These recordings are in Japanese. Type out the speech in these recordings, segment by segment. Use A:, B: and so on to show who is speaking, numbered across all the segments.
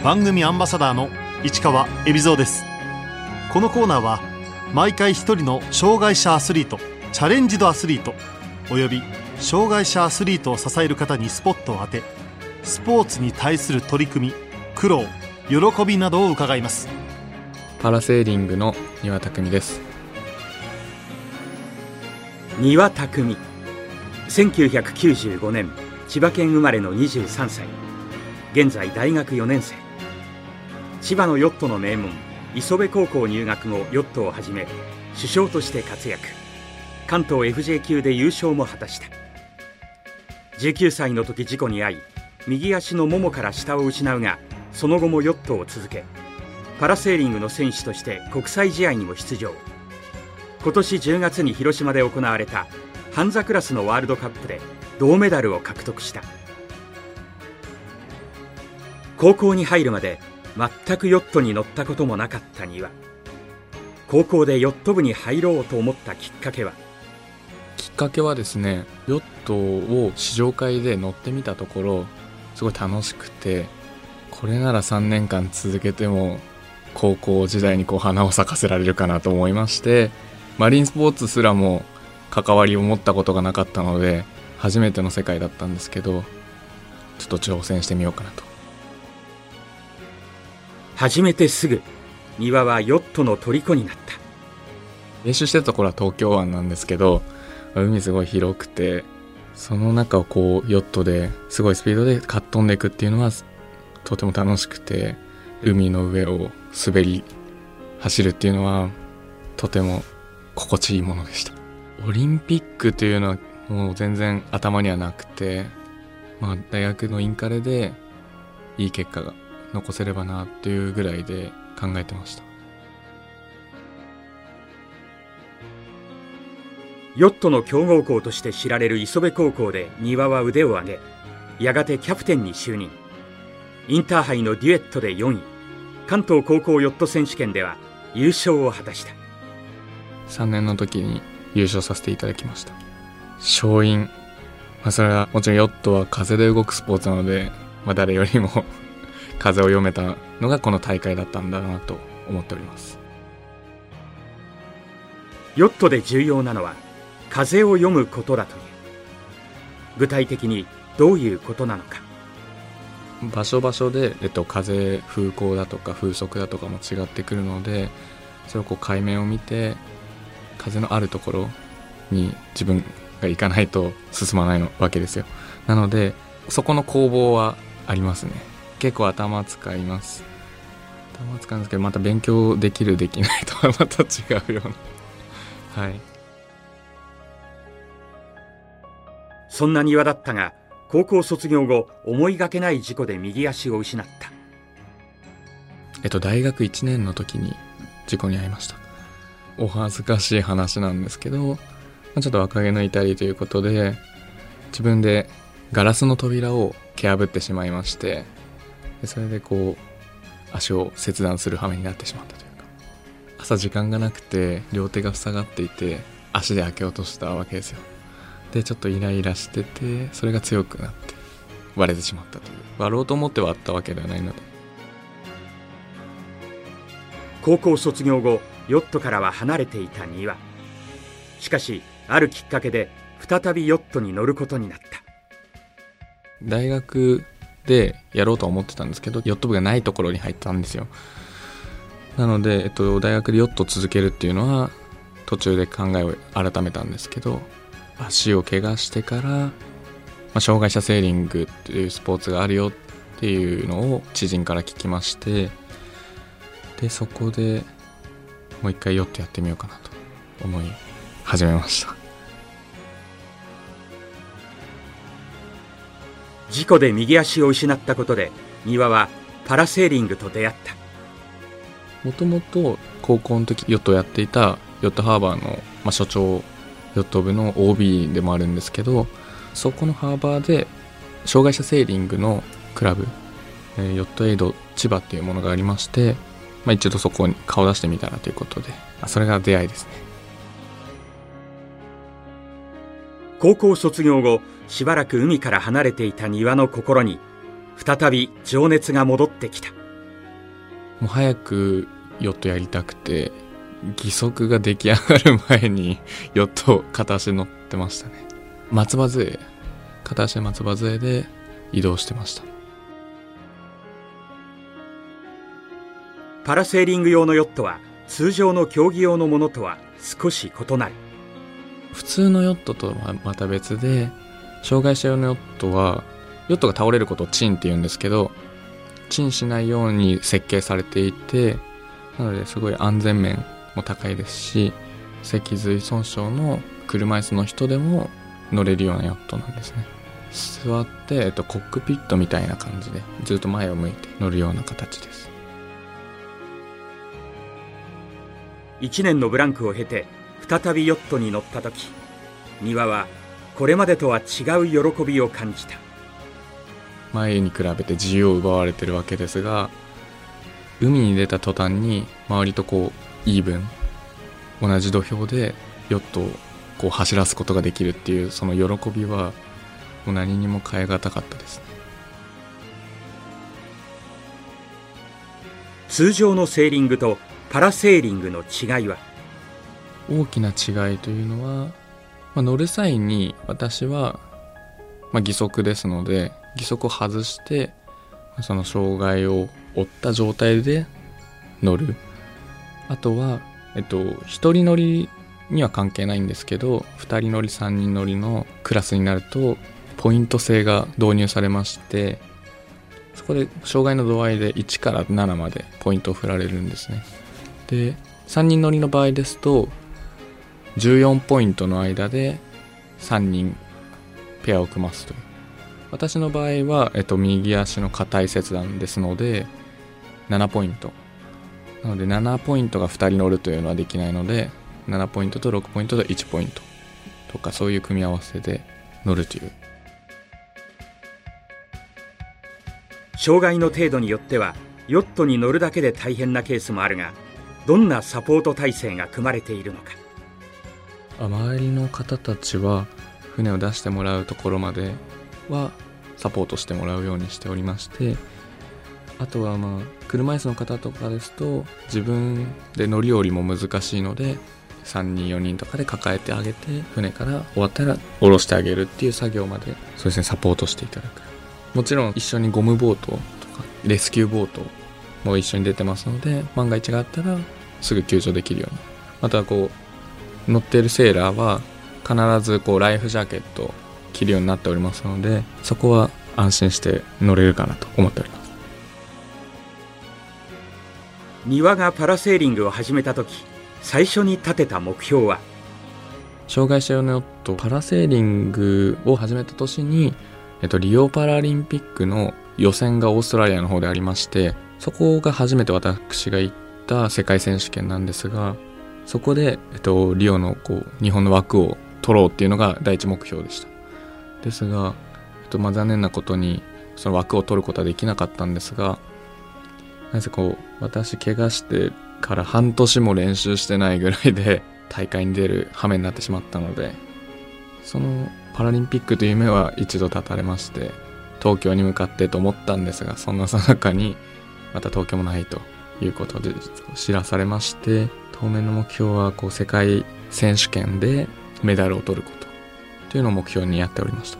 A: 番組アンバサダーの市川海老蔵です。このコーナーは毎回一人の障害者アスリート、チャレンジドアスリートおよび障害者アスリートを支える方にスポットを当て、スポーツに対する取り組み、苦労、喜びなどを伺います。
B: パラセーリングの丹羽拓実です。
C: 丹羽拓実、1995年千葉県生まれの23歳、現在大学4年生。千葉のヨットの名門磯部高校入学後、ヨットを始め主将として活躍。関東 FJ 級で優勝も果たした。19歳の時事故に遭い、右足のももから下を失うが、その後もヨットを続け、パラセーリングの選手として国際試合にも出場。今年10月に広島で行われたハンザクラスのワールドカップで銅メダルを獲得した。高校に入るまで全くヨットに乗ったこともなかった丹羽。高校でヨット部に入ろうと思ったきっかけは？
B: きっかけはですね、ヨットを試乗会で乗ってみたところ、すごい楽しくて、これなら3年間続けても高校時代に花を咲かせられるかなと思いまして、マリンスポーツすらも関わりを持ったことがなかったので、初めての世界だったんですけど、ちょっと挑戦してみようかなと。
C: 始めてすぐ丹羽はヨットの虜になった。
B: 練習してたところは東京湾なんですけど、海すごい広くて、その中をヨットですごいスピードでかっ飛んでいくっていうのはとても楽しくて、海の上を走るっていうのはとても心地いいものでした。オリンピックというのはもう全然頭にはなくて、大学のインカレでいい結果が残せればなっていうぐらいで考えてました。
C: ヨットの強豪校として知られる磯部高校で丹羽は腕を上げ、やがてキャプテンに就任。インターハイのデュエットで4位、関東高校ヨット選手権では優勝を果たした。
B: 3年の時に優勝させていただきました。勝因、それはもちろんヨットは風で動くスポーツなので、誰よりも風を読めたのがこの大会だったんだなと思っております。
C: ヨットで重要なのは風を読むことだという。具体的にどういうことなのか。
B: 場所場所で、風、風向だとか風速だとかも違ってくるので、それを海面を見て、風のあるところに自分が行かないと進まないわけですよ。なのでそこの攻防はありますね。結構頭使います。頭使うんですけど、また勉強できるできないとはまた違うようなはい。
C: そんな丹羽だったが、高校卒業後思いがけない事故で右足を失った。
B: 大学1年の時に事故に遭いました。お恥ずかしい話なんですけど、ちょっと若気の至りということで、自分でガラスの扉を蹴破ってしまいまして、それで足を切断する羽目になってしまったというか、朝時間がなくて両手が塞がっていて足で開けようとしたわけですよ。でちょっとイライラしてて、それが強くなって割れてしまったという。割ろうと思って割ったわけではないので。
C: 高校卒業後ヨットからは離れていた丹羽。しかしあるきっかけで再びヨットに乗ることになった。
B: 大学でやろうとは思ってたんですけど、ヨット部がないところに入ったんですよ。なので、大学でヨットを続けるっていうのは途中で考えを改めたんですけど、足を怪我してから、障害者セーリングっていうスポーツがあるよっていうのを知人から聞きまして、でそこでもう一回ヨットやってみようかなと思い始めました。
C: 事故で右足を失ったことで丹羽はパラセーリングと出会った。
B: もともと高校の時ヨットをやっていたヨットハーバーの、所長ヨット部の OB でもあるんですけど、そこのハーバーで障害者セーリングのクラブ、ヨットエイド千葉っていうものがありまして、一度そこに顔出してみたらということで、それが出会いですね。
C: 高校卒業後しばらく海から離れていた丹羽の心に再び情熱が戻ってきた。
B: もう早くヨットやりたくて、義足が出来上がる前にヨット片足乗ってましたね。松葉杖、片足松葉杖で移動してました。
C: パラセーリング用のヨットは通常の競技用のものとは少し異なる。
B: 普通のヨットとはまた別で、障害者用のヨットはヨットが倒れることをチンって言うんですけど、チンしないように設計されていて、なのですごい安全面も高いですし、脊髄損傷の車椅子の人でも乗れるようなヨットなんですね。座って、コックピットみたいな感じでずっと前を向いて乗るような形です。
C: 1年のブランクを経て再びヨットに乗った時、丹羽はこれまでとは違う喜びを感じた。
B: 前に比べて自由を奪われてるわけですが、海に出た途端に周りとイーブン、同じ土俵でヨットを走らすことができるっていう、その喜びはもう何にも代え難かったですね。
C: 通常のセーリングとパラセーリングの違いは？
B: 大きな違いというのは、乗る際に私は、義足ですので、義足を外してその障害を負った状態で乗る。あとは、一人乗りには関係ないんですけど、2人乗り3人乗りのクラスになるとポイント制が導入されまして、そこで障害の度合いで1から7までポイントを振られるんですね。で、3人乗りの場合ですと14ポイントの間で3人ペアを組ますという。私の場合は、右足の硬い切断ですので7ポイントなので、7ポイントが2人乗るというのはできないので、7ポイントと6ポイントと1ポイントとか、そういう組み合わせで乗るという。
C: 障害の程度によってはヨットに乗るだけで大変なケースもあるが、どんなサポート体制が組まれているのか。
B: 周りの方たちは船を出してもらうところまではサポートしてもらうようにしておりまして、あとは車椅子の方とかですと自分で乗り降りも難しいので、3人4人とかで抱えてあげて、船から終わったら下ろしてあげるっていう作業まで、そうですね、サポートしていただく。もちろん一緒にゴムボートとかレスキューボートも一緒に出てますので、万が一があったらすぐ救助できるように。また乗っているセーラーは必ずライフジャケットを着るようになっておりますので、そこは安心して乗れるかなと思っております。
C: 丹羽がパラセーリングを始めた時、最初に立てた目標は？
B: 障害者用のヨットパラセーリングを始めた年に、リオパラリンピックの予選がオーストラリアの方でありまして、そこが初めて私が行った世界選手権なんですが、そこで、リオの日本の枠を取ろうっていうのが第一目標でした。ですが、残念なことにその枠を取ることはできなかったんですが、なぜ私怪我してから半年も練習してないぐらいで大会に出る羽目になってしまったので、そのパラリンピックという夢は一度絶たれまして、東京に向かってと思ったんですが、そんなさなかにまた東京もないということで知らされまして、当面の目標は世界選手権でメダルを取ることというのを目標にやっておりました。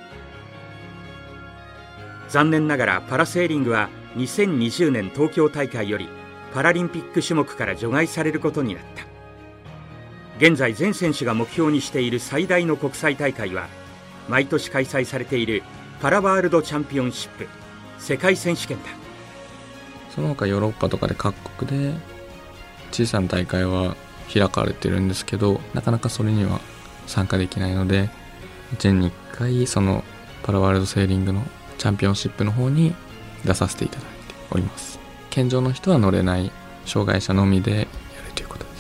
C: 残念ながらパラセーリングは2020年東京大会よりパラリンピック種目から除外されることになった。現在全選手が目標にしている最大の国際大会は、毎年開催されているパラワールドチャンピオンシップ世界選手権だ。
B: その他ヨーロッパとかで各国で小さな大会は開かれてるんですけど、なかなかそれには参加できないので、1年に1回そのパラワールドセーリングのチャンピオンシップの方に出させていただいております。健常の人は乗れない、障害者のみでやるということです。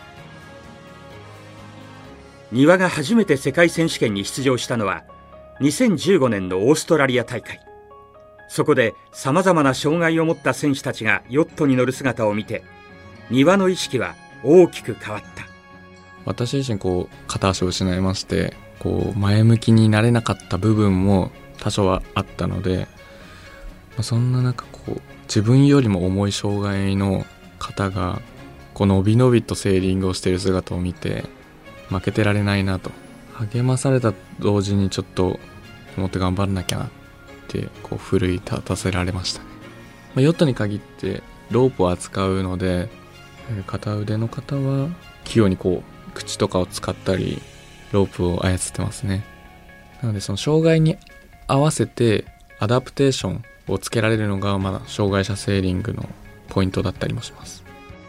C: 丹羽が初めて世界選手権に出場したのは2015年のオーストラリア大会。そこでさまざまな障害を持った選手たちがヨットに乗る姿を見て、丹羽の意識は大きく変わった。
B: 私自身片足を失いまして、前向きになれなかった部分も多少はあったので、 そんな中自分よりも重い障害の方がのびのびとセーリングをしている姿を見て負けてられないなと励まされた同時にちょっともっと頑張らなきゃなって奮い立たせられましたね。ヨットに限ってロープを扱うので片腕の方は器用に口とかを使ったりロープを操ってますね。なのでその障害に合わせてアダプテーションをつけられるのがまだ障害者セーリングのポイントだったりもします。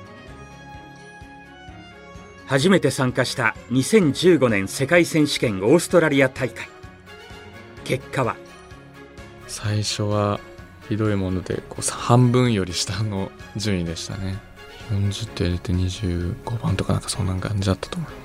C: 初めて参加した2015年世界選手権オーストラリア大会。結果は
B: 最初はひどいもので半分より下の順位でしたね。40点入れて25番とかそんな感じだったと思います。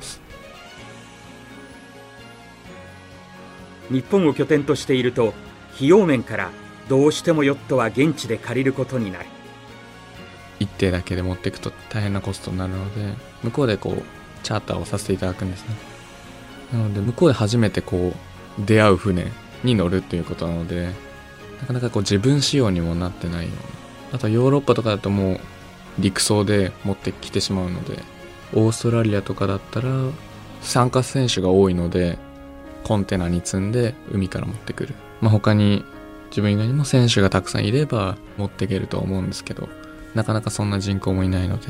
C: 日本を拠点としていると費用面からどうしてもヨットは現地で借りることになる。
B: 一艇だけで持っていくと大変なコストになるので向こうでチャーターをさせていただくんですね。なので向こうで初めて出会う船に乗るっていうことなのでなかなか自分仕様にもなってないような。あとヨーロッパとかだともう陸送で持ってきてしまうのでオーストラリアとかだったら参加選手が多いのでコンテナに積んで海から持ってくる。他に自分以外にも選手がたくさんいれば持っていけるとは思うんですけどなかなかそんな人口もいないので。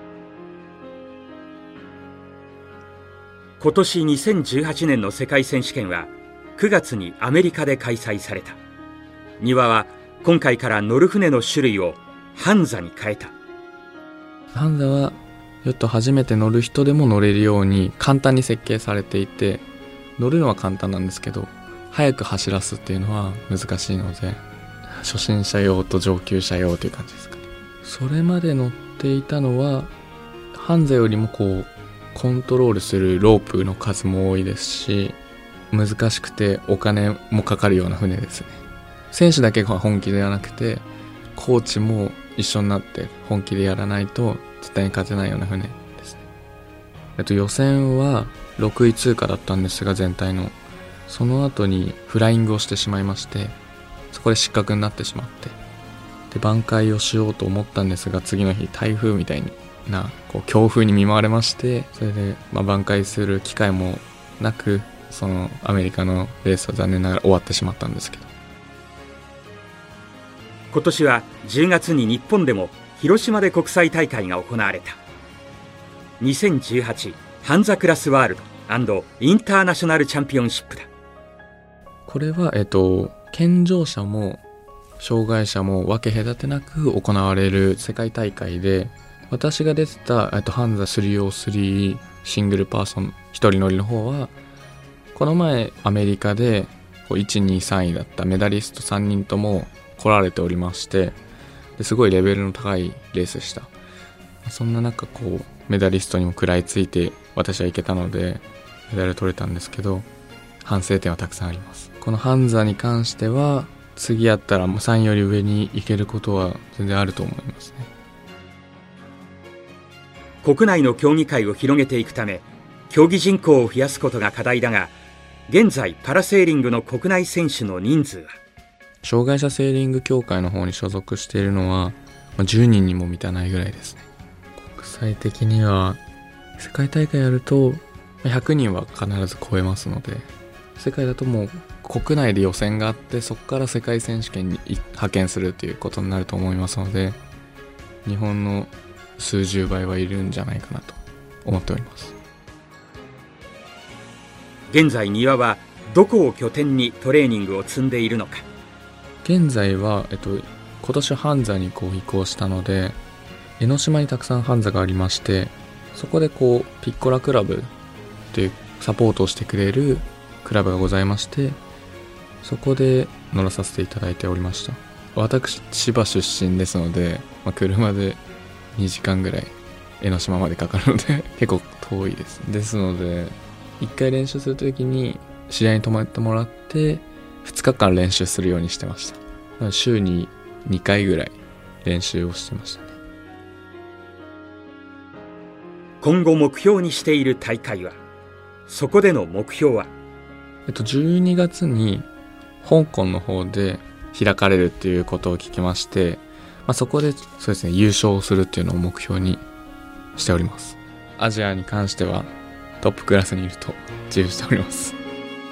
C: 今年2018年の世界選手権は9月にアメリカで開催された。丹羽は今回から乗る船の種類をハンザに変えた。
B: ハンザはヨット初めて乗る人でも乗れるように簡単に設計されていて乗るのは簡単なんですけど速く走らすっていうのは難しいので初心者用と上級者用という感じですかね。それまで乗っていたのはハンザよりもコントロールするロープの数も多いですし難しくてお金もかかるような船ですね。選手だけが本気でやらなくてコーチも一緒になって本気でやらないと絶対に勝てないような船ですね。予選は6位通過だったんですが全体のその後にフライングをしてしまいましてそこで失格になってしまってで挽回をしようと思ったんですが次の日台風みたいな強風に見舞われましてそれで挽回する機会もなくそのアメリカのレースは残念ながら終わってしまったんですけど
C: 今年は10月に日本でも広島で国際大会が行われた。2018ハンザクラスワールド&インターナショナルチャンピオンシップだ。
B: これは健常者も障害者も分け隔てなく行われる世界大会で私が出てたハンザ 303 シングルパーソン一人乗りの方はこの前アメリカで1、2、3位だったメダリスト3人とも来られておりましてですごいレベルの高いレースでした。そんな中メダリストにも食らいついて私は行けたのでメダル取れたんですけど反省点はたくさんあります。このハンザに関しては次やったら3位より上に行けることは全然あると思いますね。
C: 国内の競技会を広げていくため競技人口を増やすことが課題だが現在パラセーリングの国内選手の人数は
B: 障害者セーリング協会の方に所属しているのは10人にも満たないぐらいですね。国際的には世界大会やると100人は必ず超えますので世界だともう国内で予選があってそこから世界選手権に派遣するということになると思いますので日本の数十倍はいるんじゃないかなと思っております。
C: 現在丹羽はどこを拠点にトレーニングを積んでいるのか。
B: 現在は、今年ハンザに移行したので江ノ島にたくさんハンザがありましてそこでピッコラクラブというサポートをしてくれるクラブがございましてそこで乗らさせていただいておりました。私千葉出身ですので、車で2時間ぐらい江ノ島までかかるので結構遠いですので1回練習するときに試合に泊まってもらって2日間練習するようにしてました。週に2回ぐらい練習をしてましたね。
C: 今後目標にしている大会はそこでの目標は
B: 12月に香港の方で開かれるっていうことを聞きまして、そこでそうですね、優勝するっていうのを目標にしております。アジアに関してはトップクラスにいると自負しております。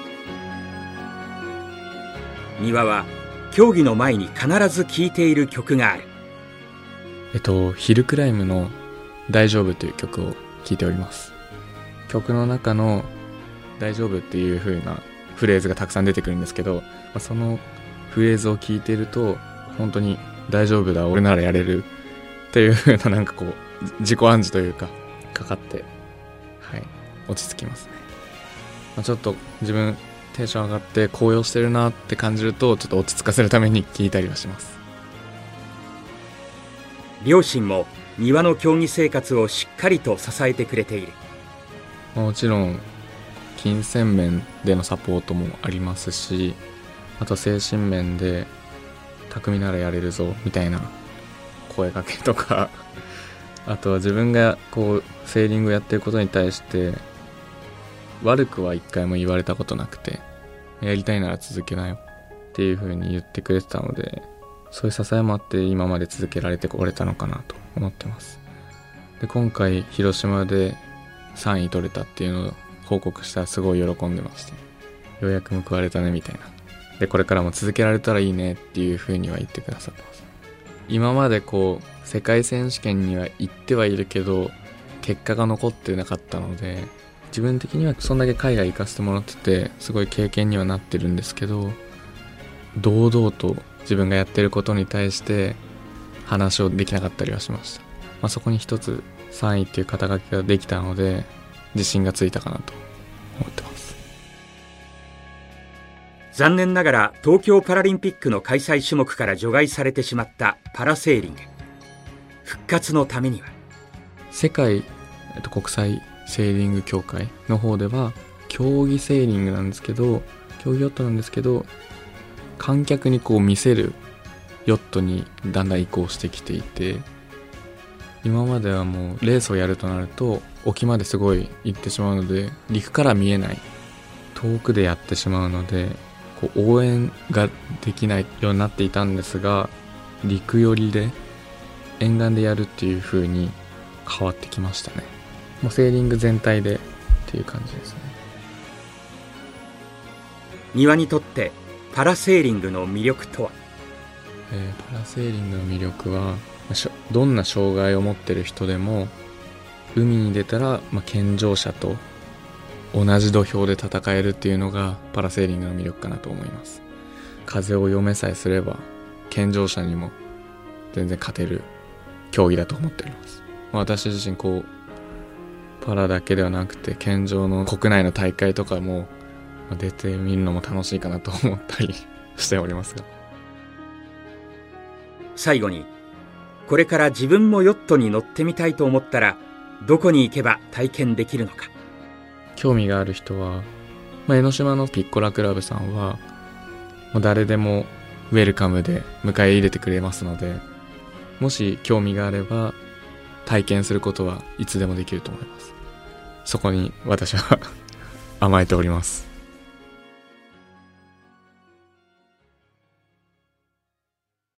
C: 丹羽は競技の前に必ず聴いている曲がある。
B: ヒルクライムの大丈夫という曲を聴いております。曲の中の大丈夫っていう風なフレーズがたくさん出てくるんですけど、そのフレーズを聞いていると本当に大丈夫だ、俺ならやれるっていう風な、なんかこう自己暗示というかかかって、落ち着きますね。ちょっと自分テンション上がって高揚してるなって感じると、ちょっと落ち着かせるために聞いたりはします。
C: 両親も丹羽の競技生活をしっかりと支えてくれている。
B: もちろん金銭面でのサポートもありますし、あと精神面で匠ならやれるぞみたいな声かけとかあとは自分がこうセーリングやってることに対して悪くは一回も言われたことなくて、やりたいなら続けなよっていう風に言ってくれてたので、そういう支えもあって今まで続けられてこれたのかなと思ってます。で、今回広島で3位取れたっていうのを報告したらすごい喜んでまして、ようやく報われたねみたいな。で、これからも続けられたらいいねっていう風には言ってくださってます。今までこう世界選手権には行ってはいるけど結果が残ってなかったので、自分的にはそんだけ海外行かせてもらっててすごい経験にはなってるんですけど、堂々と自分がやってることに対して話をできなかったりはしました。そこに一つ3位っていう肩書きができたので自信がついたかなと思ってます。
C: 残念ながら東京パラリンピックの開催種目から除外されてしまったパラセーリング。復活のためには
B: 世界、国際セーリング協会の方では競技セーリングなんですけど、競技ヨットなんですけど、観客にこう見せるヨットにだんだん移行してきていて、今まではもうレースをやるとなると沖まですごい行ってしまうので陸から見えない遠くでやってしまうのでこう応援ができないようになっていたんですが、陸寄りで沿岸でやるっていう風に変わってきましたね。もうセーリング全体でっていう感じですね。
C: 丹羽にとってパラセーリングの魅力とは？
B: パラセーリングの魅力はどんな障害を持ってる人でも海に出たら、健常者と同じ土俵で戦えるっていうのがパラセーリングの魅力かなと思います。風を読めさえすれば健常者にも全然勝てる競技だと思っております。私自身こうパラだけではなくて健常の国内の大会とかも出てみるのも楽しいかなと思ったりしておりますが、
C: 最後にこれから自分もヨットに乗ってみたいと思ったらどこに行けば体験できるのか。
B: 興味がある人は、江ノ島のピッコラクラブさんはもう誰でもウェルカムで迎え入れてくれますので、もし興味があれば体験することはいつでもできると思います。そこに私は甘えております。